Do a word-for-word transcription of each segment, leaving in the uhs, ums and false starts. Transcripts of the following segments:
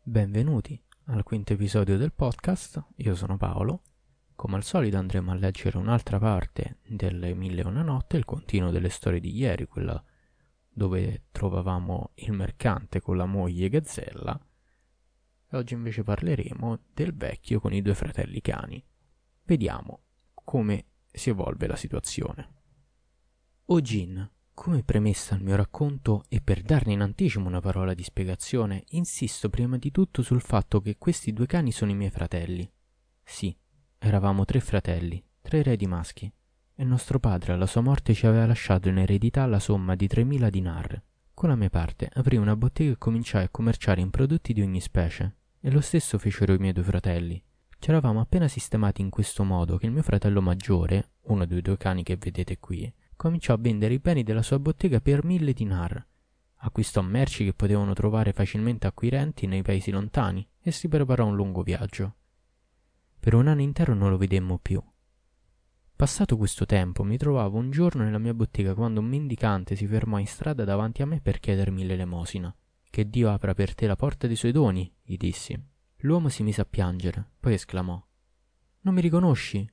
Benvenuti al quinto episodio del podcast, io sono Paolo. Come al solito andremo a leggere un'altra parte delle Mille e una notte, il continuo delle storie di ieri, quella dove trovavamo il mercante con la moglie Gazzella, e oggi invece parleremo del vecchio con i due fratelli cani. Vediamo come si evolve la situazione. O Gin, come premessa al mio racconto e per darne in anticipo una parola di spiegazione, insisto prima di tutto sul fatto che questi due cani sono i miei fratelli. Sì, eravamo tre fratelli, tre eredi maschi, e nostro padre alla sua morte ci aveva lasciato in eredità la somma di tremila dinar. Con la mia parte aprii una bottega e cominciai a commerciare in prodotti di ogni specie, e lo stesso fecero i miei due fratelli. Ci eravamo appena sistemati in questo modo che il mio fratello maggiore, uno dei due cani che vedete qui, cominciò a vendere i beni della sua bottega per mille dinar. Acquistò merci che potevano trovare facilmente acquirenti nei paesi lontani e si preparò a un lungo viaggio. Per un anno intero non lo vedemmo più. Passato questo tempo mi trovavo un giorno nella mia bottega quando un mendicante si fermò in strada davanti a me per chiedermi l'elemosina. «Che Dio apra per te la porta dei suoi doni», gli dissi. L'uomo si mise a piangere, poi esclamò: «Non mi riconosci?»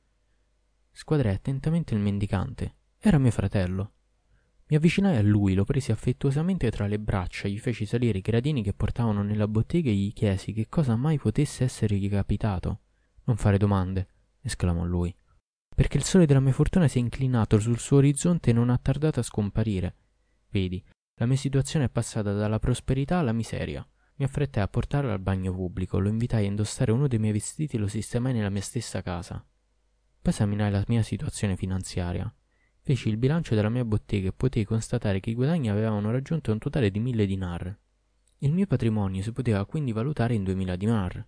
Squadrai attentamente il mendicante. Era mio fratello. Mi avvicinai a lui, lo presi affettuosamente tra le braccia, gli feci salire i gradini che portavano nella bottega e gli chiesi che cosa mai potesse essergli capitato. «Non fare domande», esclamò lui, «perché il sole della mia fortuna si è inclinato sul suo orizzonte e non ha tardato a scomparire. Vedi, la mia situazione è passata dalla prosperità alla miseria». Mi affrettai a portarlo al bagno pubblico, lo invitai a indossare uno dei miei vestiti e lo sistemai nella mia stessa casa. Poi esaminai la mia situazione finanziaria. Feci il bilancio della mia bottega e potei constatare che i guadagni avevano raggiunto un totale di mille dinar. Il mio patrimonio si poteva quindi valutare in duemila dinar.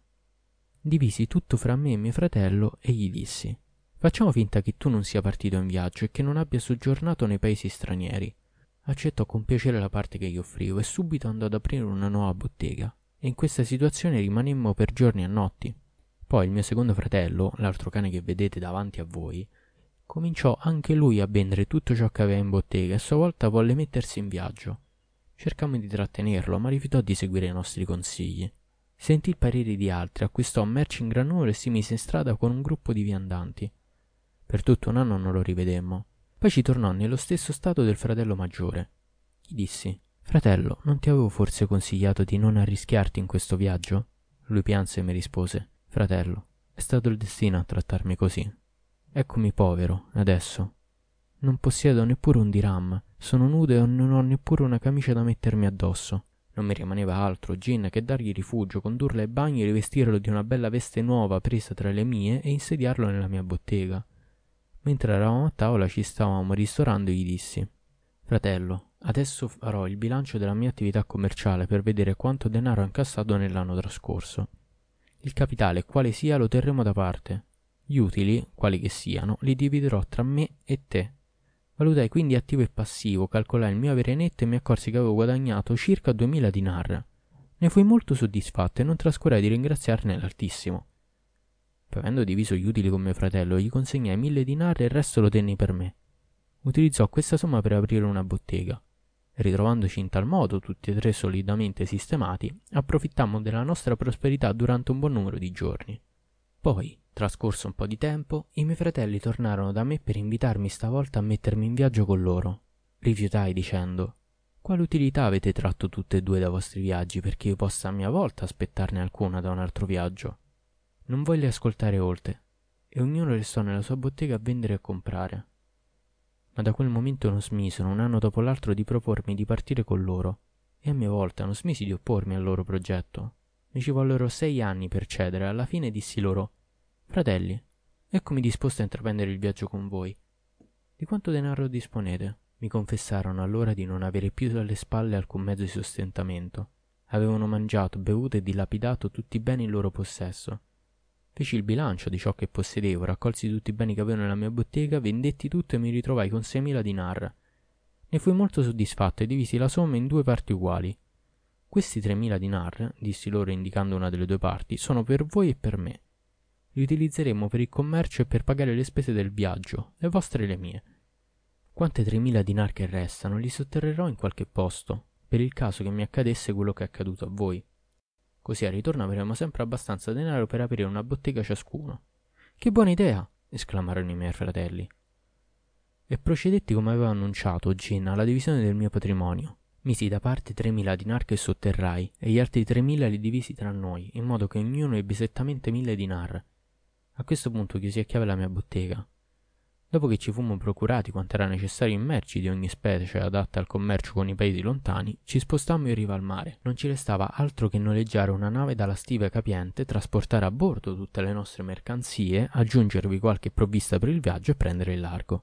Divisi tutto fra me e mio fratello e gli dissi: «Facciamo finta che tu non sia partito in viaggio e che non abbia soggiornato nei paesi stranieri». Accettò con piacere la parte che gli offrivo e subito andò ad aprire una nuova bottega, e in questa situazione rimanemmo per giorni e notti. Poi il mio secondo fratello, l'altro cane che vedete davanti a voi, cominciò anche lui a vendere tutto ciò che aveva in bottega e a sua volta volle mettersi in viaggio. Cercammo di trattenerlo, ma rifiutò di seguire i nostri consigli. Sentì il parere di altri, acquistò merci in gran numero e si mise in strada con un gruppo di viandanti. Per tutto un anno non lo rivedemmo. Poi ci tornò nello stesso stato del fratello maggiore. Gli dissi: «Fratello, non ti avevo forse consigliato di non arrischiarti in questo viaggio?» Lui pianse e mi rispose: «Fratello, è stato il destino a trattarmi così. Eccomi povero, adesso. Non possiedo neppure un dirham, sono nudo e non ho neppure una camicia da mettermi addosso. Non mi rimaneva altro, Gin, che dargli rifugio, condurlo ai bagni, rivestirlo di una bella veste nuova presa tra le mie e insediarlo nella mia bottega». Mentre eravamo a tavola ci stavamo ristorando e gli dissi: «Fratello, adesso farò il bilancio della mia attività commerciale per vedere quanto denaro ho incassato nell'anno trascorso. Il capitale, quale sia, lo terremo da parte. Gli utili, quali che siano, li dividerò tra me e te». Valutai quindi attivo e passivo, calcolai il mio avere netto e mi accorsi che avevo guadagnato circa duemila dinar. Ne fui molto soddisfatto e non trascurai di ringraziarne l'Altissimo. Poi, avendo diviso gli utili con mio fratello, gli consegnai mille dinar e il resto lo tenni per me. Utilizzò questa somma per aprire una bottega. Ritrovandoci in tal modo, tutti e tre solidamente sistemati, approfittammo della nostra prosperità durante un buon numero di giorni. Poi, trascorso un po' di tempo, i miei fratelli tornarono da me per invitarmi stavolta a mettermi in viaggio con loro. Rifiutai dicendo: «Quale utilità avete tratto tutte e due dai vostri viaggi perché io possa a mia volta aspettarne alcuna da un altro viaggio?» Non volle ascoltare oltre, e ognuno restò nella sua bottega a vendere e a comprare. Ma da quel momento non smisero, un anno dopo l'altro, di propormi di partire con loro, e a mia volta non smisi di oppormi al loro progetto. Mi ci vollero sei anni per cedere, e alla fine dissi loro: «Fratelli, eccomi disposto a intraprendere il viaggio con voi. Di quanto denaro disponete?» Mi confessarono allora di non avere più alle spalle alcun mezzo di sostentamento. Avevano mangiato, bevuto e dilapidato tutti i beni in loro possesso. Feci il bilancio di ciò che possedevo, raccolsi tutti i beni che avevo nella mia bottega, vendetti tutto e mi ritrovai con seimila dinar. Ne fui molto soddisfatto e divisi la somma in due parti uguali. «Questi tremila dinar», dissi loro indicando una delle due parti, «sono per voi e per me. Li utilizzeremo per il commercio e per pagare le spese del viaggio, le vostre e le mie. Quante tremila dinar che restano li sotterrerò in qualche posto, per il caso che mi accadesse quello che è accaduto a voi». Così al ritorno avremo sempre abbastanza denaro per aprire una bottega ciascuno. Che buona idea! Esclamarono i miei fratelli. E procedetti come avevo annunciato, Gin, alla divisione del mio patrimonio. Misi da parte tremila dinar che sotterrai, e gli altri tremila li divisi tra noi, in modo che ognuno ebbe esattamente mille dinar. A questo punto chiusi a chiave la mia bottega. Dopo che ci fummo procurati quanto era necessario in merci di ogni specie adatta al commercio con i paesi lontani, ci spostammo in riva al mare. Non ci restava altro che noleggiare una nave dalla stiva capiente, trasportare a bordo tutte le nostre mercanzie, aggiungervi qualche provvista per il viaggio e prendere il largo.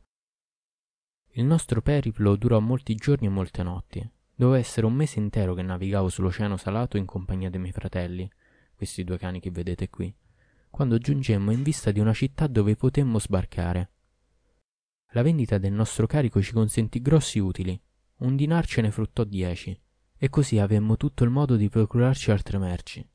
Il nostro periplo durò molti giorni e molte notti. Doveva essere un mese intero che navigavo sull'oceano salato in compagnia dei miei fratelli, questi due cani che vedete qui, quando giungemmo in vista di una città dove potemmo sbarcare. La vendita del nostro carico ci consentì grossi utili, un dinar ce ne fruttò dieci, e così avemmo tutto il modo di procurarci altre merci.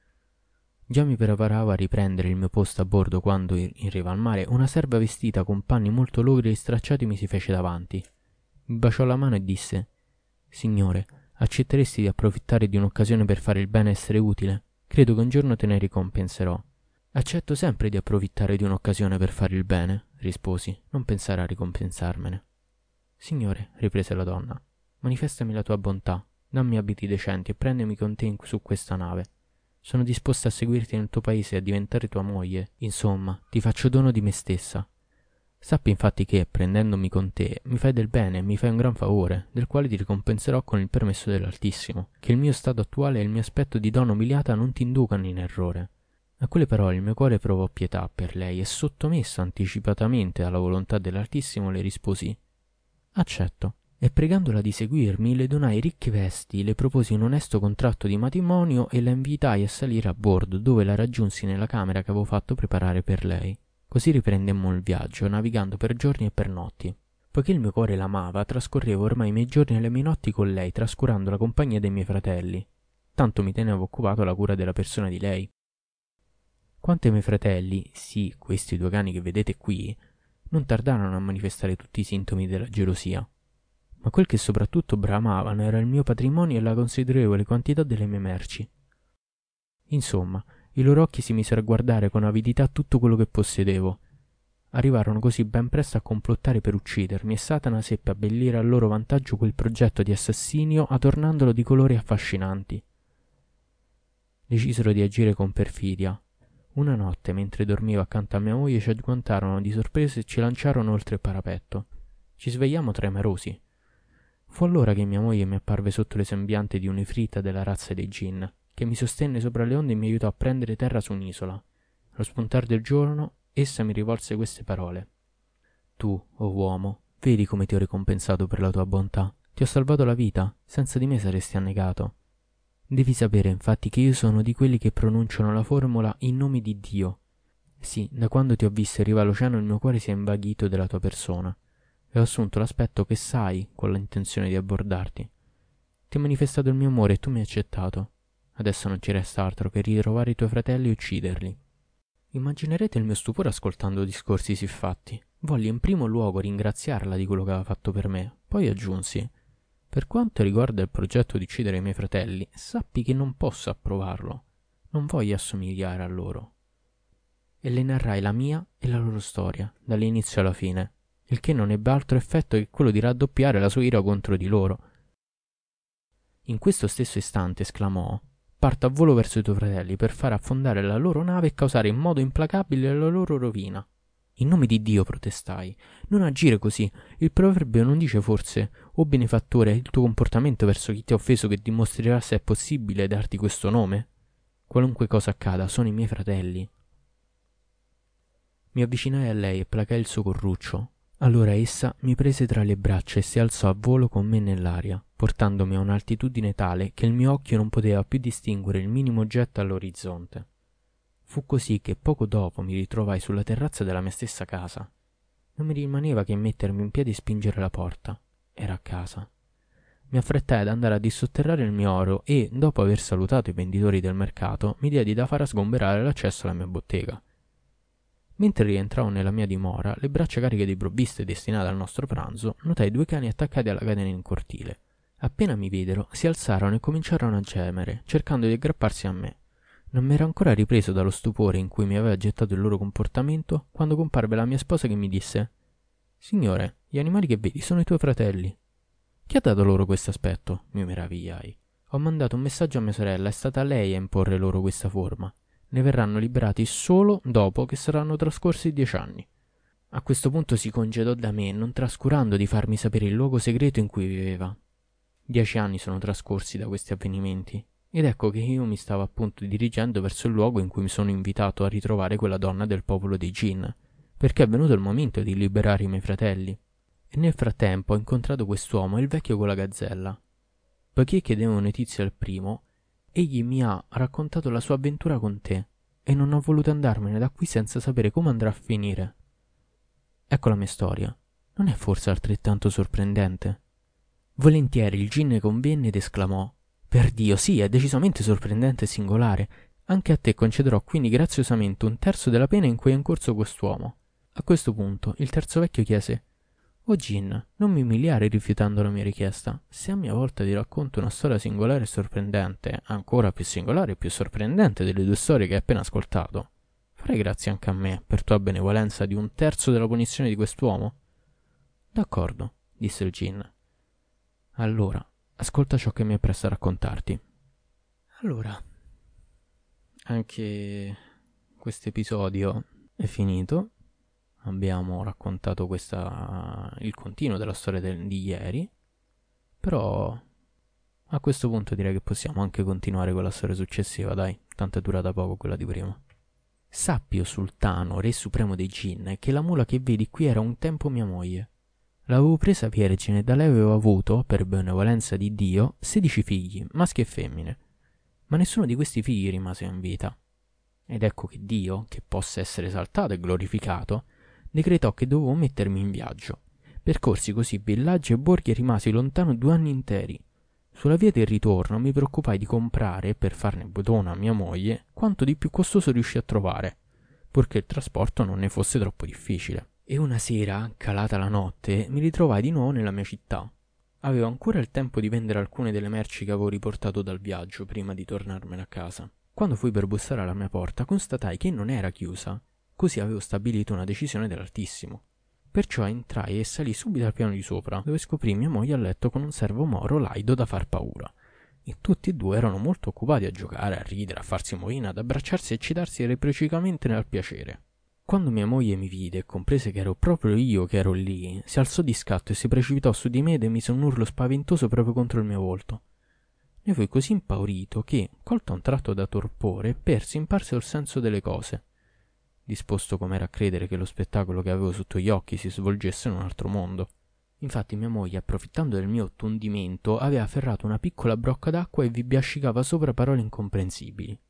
Già mi preparavo a riprendere il mio posto a bordo quando, in riva al mare, una serva vestita con panni molto logori e stracciati mi si fece davanti. Mi baciò la mano e disse: «Signore, accetteresti di approfittare di un'occasione per fare il bene e essere utile? Credo che un giorno te ne ricompenserò». «Accetto sempre di approfittare di un'occasione per fare il bene», risposi, «non pensare a ricompensarmene». «Signore», riprese la donna, «manifestami la tua bontà, dammi abiti decenti e prendimi con te su questa nave. Sono disposta a seguirti nel tuo paese e a diventare tua moglie. Insomma, ti faccio dono di me stessa. Sappi infatti che, prendendomi con te, mi fai del bene e mi fai un gran favore, del quale ti ricompenserò con il permesso dell'Altissimo. Che il mio stato attuale e il mio aspetto di donna umiliata non ti inducano in errore». A quelle parole il mio cuore provò pietà per lei e, sottomessa anticipatamente alla volontà dell'Altissimo, le risposi: «Accetto». E pregandola di seguirmi, le donai ricche vesti, le proposi un onesto contratto di matrimonio e la invitai a salire a bordo, dove la raggiunsi nella camera che avevo fatto preparare per lei. Così riprendemmo il viaggio, navigando per giorni e per notti. Poiché il mio cuore l'amava, trascorrevo ormai i miei giorni e le mie notti con lei, trascurando la compagnia dei miei fratelli. Tanto mi tenevo occupato alla cura della persona di lei. Quanto ai miei fratelli, sì, questi due cani che vedete qui, non tardarono a manifestare tutti i sintomi della gelosia. Ma quel che soprattutto bramavano era il mio patrimonio e la considerevole quantità delle mie merci. Insomma, i loro occhi si misero a guardare con avidità tutto quello che possedevo. Arrivarono così ben presto a complottare per uccidermi e Satana seppe abbellire a loro vantaggio quel progetto di assassinio adornandolo di colori affascinanti. Decisero di agire con perfidia. Una notte, mentre dormivo accanto a mia moglie, ci agguantarono di sorpresa e ci lanciarono oltre il parapetto. Ci svegliamo tremerosi. Fu allora che mia moglie mi apparve sotto le sembiante di un'ifrita della razza dei Jinn, che mi sostenne sopra le onde e mi aiutò a prendere terra su un'isola. Allo spuntar del giorno, essa mi rivolse queste parole: «Tu, o oh uomo, vedi come ti ho ricompensato per la tua bontà. Ti ho salvato la vita, senza di me saresti annegato. Devi sapere infatti che io sono di quelli che pronunciano la formula in nome di Dio. Sì, da quando ti ho visto in riva all'oceano il mio cuore si è invaghito della tua persona e ho assunto l'aspetto che sai con l'intenzione di abbordarti. Ti ho manifestato il mio amore e tu mi hai accettato. Adesso non ci resta altro che ritrovare i tuoi fratelli e ucciderli». Immaginerete il mio stupore ascoltando discorsi siffatti. Volli in primo luogo ringraziarla di quello che aveva fatto per me, poi aggiunsi: «Per quanto riguarda il progetto di uccidere i miei fratelli, sappi che non posso approvarlo. Non voglio assomigliare a loro». E le narrai la mia e la loro storia, dall'inizio alla fine, il che non ebbe altro effetto che quello di raddoppiare la sua ira contro di loro. In questo stesso istante esclamò: «Parto a volo verso i tuoi fratelli per far affondare la loro nave e causare in modo implacabile la loro rovina». «In nome di Dio», protestai, «non agire così. Il proverbio non dice forse: o benefattore, è il tuo comportamento verso chi ti ha offeso che dimostrerà se è possibile darti questo nome? Qualunque cosa accada, sono i miei fratelli». Mi avvicinai a lei e placai il suo corruccio. Allora essa mi prese tra le braccia e si alzò a volo con me nell'aria, portandomi a un'altitudine tale che il mio occhio non poteva più distinguere il minimo oggetto all'orizzonte. Fu così che poco dopo mi ritrovai sulla terrazza della mia stessa casa. Non mi rimaneva che mettermi in piedi e spingere la porta. Era a casa. Mi affrettai ad andare a dissotterrare il mio oro e, dopo aver salutato i venditori del mercato, mi diedi da fare a sgomberare l'accesso alla mia bottega. Mentre rientravo nella mia dimora, le braccia cariche di provviste destinate al nostro pranzo, notai due cani attaccati alla catena in cortile. Appena mi videro, si alzarono e cominciarono a gemere, cercando di aggrapparsi a me. Non mi ero ancora ripreso dallo stupore in cui mi aveva gettato il loro comportamento quando comparve la mia sposa che mi disse: «Signore, gli animali che vedi sono i tuoi fratelli». «Chi ha dato loro questo aspetto?» Mi meravigliai. «Ho mandato un messaggio a mia sorella, è stata lei a imporre loro questa forma. Ne verranno liberati solo dopo che saranno trascorsi dieci anni». A questo punto si congedò da me, non trascurando di farmi sapere il luogo segreto in cui viveva. Dieci anni sono trascorsi da questi avvenimenti, ed ecco che io mi stavo appunto dirigendo verso il luogo in cui mi sono invitato a ritrovare quella donna del popolo dei Jinn, perché è venuto il momento di liberare i miei fratelli. E nel frattempo ho incontrato quest'uomo e il vecchio con la gazzella. Poiché chiedevo notizie al primo, egli mi ha raccontato la sua avventura con te, e non ho voluto andarmene da qui senza sapere come andrà a finire. Ecco la mia storia. Non è forse altrettanto sorprendente? Volentieri il ginne convenne ed esclamò: «Per Dio, sì, è decisamente sorprendente e singolare. Anche a te concederò quindi graziosamente un terzo della pena in cui è incorso quest'uomo». A questo punto il terzo vecchio chiese: «O Gin, non mi umiliare rifiutando la mia richiesta. Se a mia volta ti racconto una storia singolare e sorprendente, ancora più singolare e più sorprendente delle due storie che hai appena ascoltato, farai grazie anche a me, per tua benevolenza, di un terzo della punizione di quest'uomo?» «D'accordo», disse il Gin. «Allora, ascolta ciò che mi appresto a raccontarti». Allora, anche questo episodio è finito. Abbiamo raccontato questa, il continuo della storia del, di ieri, però a questo punto direi che possiamo anche continuare con la storia successiva, dai, tanto è durata poco quella di prima. «Sappi, o sultano, re supremo dei Jinn, che la mula che vedi qui era un tempo mia moglie. L'avevo presa vergine e da lei avevo avuto, per benevolenza di Dio, sedici figli, maschi e femmine, ma nessuno di questi figli rimase in vita. Ed ecco che Dio, che possa essere esaltato e glorificato, decretò che dovevo mettermi in viaggio. Percorsi così villaggi e borghi e rimasi lontano due anni interi. Sulla via del ritorno mi preoccupai di comprare, per farne bodona a mia moglie, quanto di più costoso riuscì a trovare, purché il trasporto non ne fosse troppo difficile. E una sera, calata la notte, mi ritrovai di nuovo nella mia città. Avevo ancora il tempo di vendere alcune delle merci che avevo riportato dal viaggio prima di tornarmene a casa. Quando fui per bussare alla mia porta, constatai che non era chiusa. Così avevo stabilito una decisione dell'Altissimo. Perciò entrai e salì subito al piano di sopra, dove scoprì mia moglie a letto con un servo moro laido da far paura. E tutti e due erano molto occupati a giocare, a ridere, a farsi moina, ad abbracciarsi e eccitarsi reciprocamente nel piacere. Quando mia moglie mi vide e comprese che ero proprio io che ero lì, si alzò di scatto e si precipitò su di me ed emise un urlo spaventoso proprio contro il mio volto. Ne fui così impaurito che, colto a un tratto da torpore, persi in parte il senso delle cose, disposto com'era a credere che lo spettacolo che avevo sotto gli occhi si svolgesse in un altro mondo. Infatti mia moglie, approfittando del mio ottundimento, aveva afferrato una piccola brocca d'acqua e vi biascicava sopra parole incomprensibili.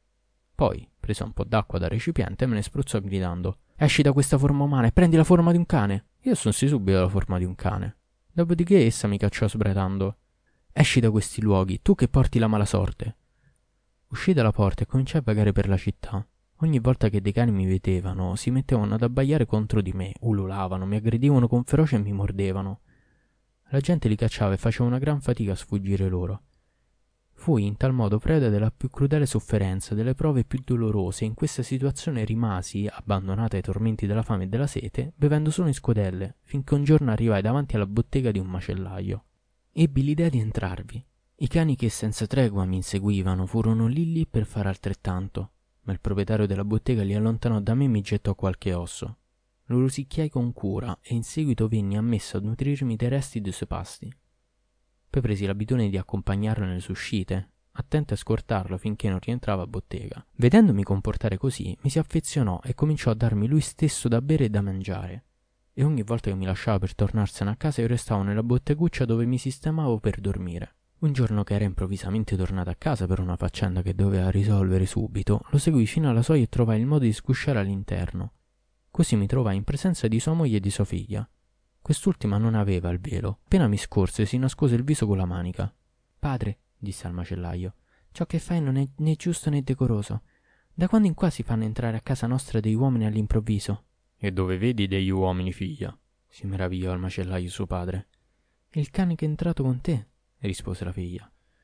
Poi prese un po' d'acqua dal recipiente e me ne spruzzò gridando: «Esci da questa forma umana e prendi la forma di un cane!» Io assunsi subito la forma di un cane. Dopodiché essa mi cacciò sbraitando: «Esci da questi luoghi, tu che porti la mala sorte!» Uscii dalla porta e cominciai a vagare per la città. Ogni volta che dei cani mi vedevano, si mettevano ad abbaiare contro di me, ululavano, mi aggredivano con ferocia e mi mordevano. La gente li cacciava e faceva una gran fatica a sfuggire loro. Fui in tal modo preda della più crudele sofferenza, delle prove più dolorose, e in questa situazione rimasi, abbandonata ai tormenti della fame e della sete, bevendo solo in scodelle, finché un giorno arrivai davanti alla bottega di un macellaio. Ebbi l'idea di entrarvi. I cani che senza tregua mi inseguivano furono lì lì per fare altrettanto, ma il proprietario della bottega li allontanò da me e mi gettò qualche osso. Lo rosicchiai con cura e in seguito venni ammesso a nutrirmi dei resti dei suoi pasti. Poi presi l'abitudine di accompagnarlo nelle sue uscite, attento a scortarlo finché non rientrava a bottega. Vedendomi comportare così, mi si affezionò e cominciò a darmi lui stesso da bere e da mangiare. E ogni volta che mi lasciava per tornarsene a casa io restavo nella botteguccia dove mi sistemavo per dormire. Un giorno che era improvvisamente tornato a casa per una faccenda che doveva risolvere subito, lo seguii fino alla soglia e trovai il modo di sgusciare all'interno. Così mi trovai in presenza di sua moglie e di sua figlia. Quest'ultima non aveva il velo. Appena mi scorse si nascose il viso con la manica. «Padre», disse al macellaio, «ciò che fai non è né giusto né decoroso. Da quando in qua si fanno entrare a casa nostra degli uomini all'improvviso?» «E dove vedi degli uomini, figlia?» si meravigliò al macellaio suo padre. «Il cane che è entrato con te», rispose la figlia.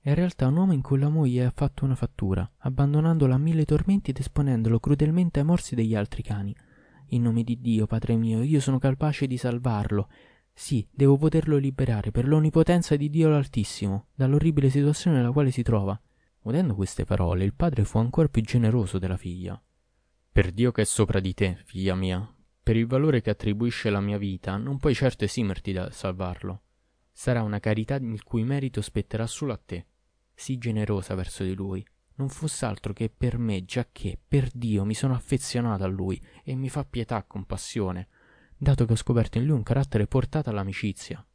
È in realtà un uomo in cui la moglie ha fatto una fattura, abbandonandolo a mille tormenti ed esponendolo crudelmente ai morsi degli altri cani. In nome di Dio, Padre mio, io sono capace di salvarlo. Sì, devo poterlo liberare per l'onnipotenza di Dio l'Altissimo, dall'orribile situazione nella quale si trova. Udendo queste parole, il padre fu ancora più generoso della figlia. Per Dio che è sopra di te, figlia mia, per il valore che attribuisce la mia vita, non puoi certo esimerti da salvarlo. Sarà una carità il cui merito spetterà solo a te. Sii generosa verso di lui. Non fosse altro che per me, giacché, per Dio, mi sono affezionata a lui e mi fa pietà e compassione, dato che ho scoperto in lui un carattere portato all'amicizia.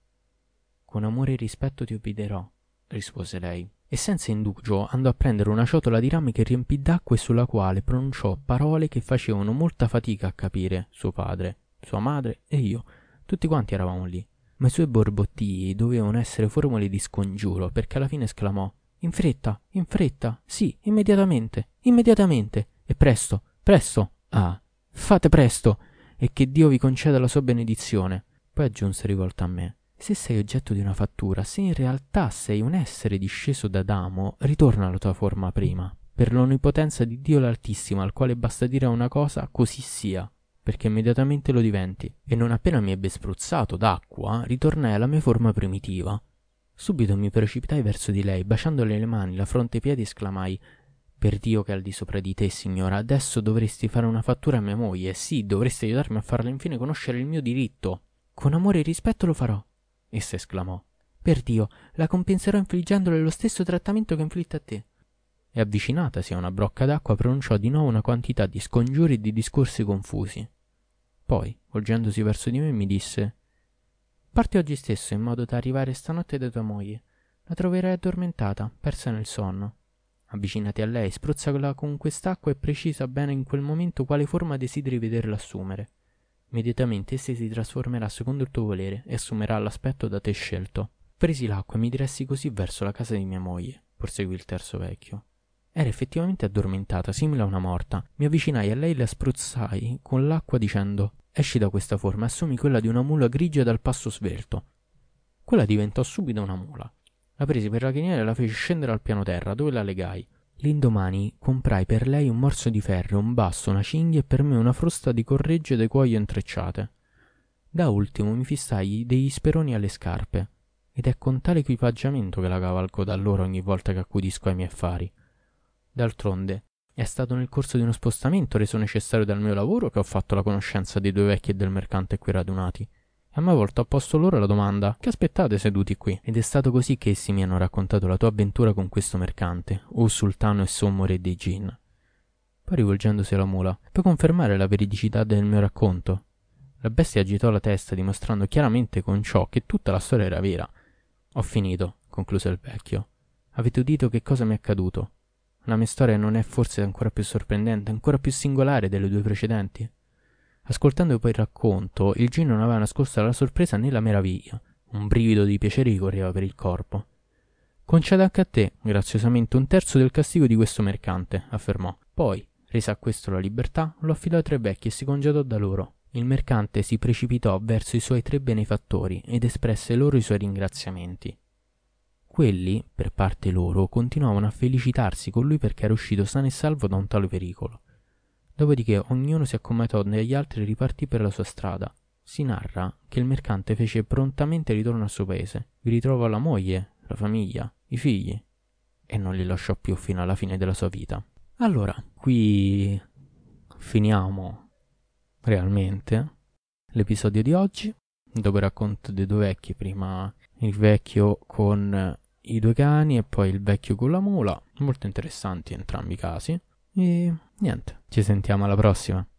Con amore e rispetto ti obbederò, rispose lei, e senza indugio andò a prendere una ciotola di rami che riempì d'acqua e sulla quale pronunciò parole che facevano molta fatica a capire suo padre, sua madre e io. Tutti quanti eravamo lì, ma i suoi borbottii dovevano essere formule di scongiuro, perché alla fine esclamò: in fretta, in fretta, sì, immediatamente, immediatamente, e presto, presto, ah, fate presto, e che Dio vi conceda la sua benedizione. Poi aggiunse rivolta a me: se sei oggetto di una fattura, se in realtà sei un essere disceso da Adamo, ritorna alla tua forma prima, per l'onnipotenza di Dio l'Altissimo, al quale basta dire una cosa, così sia, perché immediatamente lo diventi. E non appena mi ebbe spruzzato d'acqua, ritornai alla mia forma primitiva. Subito mi precipitai verso di lei, baciandole le mani, la fronte e i piedi, esclamai: per Dio che è al di sopra di te, signora, adesso dovresti fare una fattura a mia moglie, sì, dovresti aiutarmi a farla infine conoscere il mio diritto. Con amore e rispetto lo farò, essa esclamò. Per Dio, la compenserò infliggendole lo stesso trattamento che inflitte a te. E avvicinatasi a una brocca d'acqua pronunciò di nuovo una quantità di scongiuri e di discorsi confusi. Poi, volgendosi verso di me, mi disse: parti oggi stesso in modo da arrivare stanotte da tua moglie. La troverai addormentata, persa nel sonno. Avvicinati a lei, spruzzala con quest'acqua e precisa bene in quel momento quale forma desideri vederla assumere. Immediatamente essa si trasformerà secondo il tuo volere e assumerà l'aspetto da te scelto. Presi l'acqua e mi diressi così verso la casa di mia moglie, proseguì il terzo vecchio. Era effettivamente addormentata, simile a una morta. Mi avvicinai a lei e la spruzzai con l'acqua dicendo: esci da questa forma e assumi quella di una mula grigia dal passo svelto. Quella diventò subito una mula. La presi per la criniera e la feci scendere al piano terra, dove la legai. L'indomani comprai per lei un morso di ferro, un basto, una cinghia e per me una frusta di corregge e cuoio intrecciate. Da ultimo mi fissai degli speroni alle scarpe, ed è con tale equipaggiamento che la cavalco da allora ogni volta che accudisco ai miei affari. D'altronde, è stato nel corso di uno spostamento reso necessario dal mio lavoro che ho fatto la conoscenza dei due vecchi e del mercante qui radunati. A mia volta ho posto loro la domanda: che aspettate seduti qui? Ed è stato così che essi mi hanno raccontato la tua avventura con questo mercante, o sultano e sommo re dei gin. Poi, rivolgendosi alla mula: puoi confermare la veridicità del mio racconto? La bestia agitò la testa, dimostrando chiaramente con ciò che tutta la storia era vera. Ho finito, concluse il vecchio. Avete udito che cosa mi è accaduto? La mia storia non è forse ancora più sorprendente, ancora più singolare delle due precedenti? Ascoltando poi il racconto, il gin non aveva nascosto la sorpresa né la meraviglia. Un brivido di piacere gli correva per il corpo. Concedo anche a te, graziosamente, un terzo del castigo di questo mercante, affermò. Poi, resa a questo la libertà, lo affidò ai tre vecchi e si congedò da loro. Il mercante si precipitò verso i suoi tre benefattori ed espresse loro i suoi ringraziamenti. Quelli, per parte loro, continuavano a felicitarsi con lui perché era uscito sano e salvo da un tale pericolo. Dopodiché ognuno si accomatò negli altri e ripartì per la sua strada. Si narra che il mercante fece prontamente ritorno al suo paese, vi ritrovò la moglie, la famiglia, i figli, e non li lasciò più fino alla fine della sua vita. Allora, qui finiamo realmente l'episodio di oggi. Dopo il racconto dei due vecchi, prima il vecchio con i due cani e poi il vecchio con la mula, molto interessanti entrambi i casi. E niente, ci sentiamo alla prossima.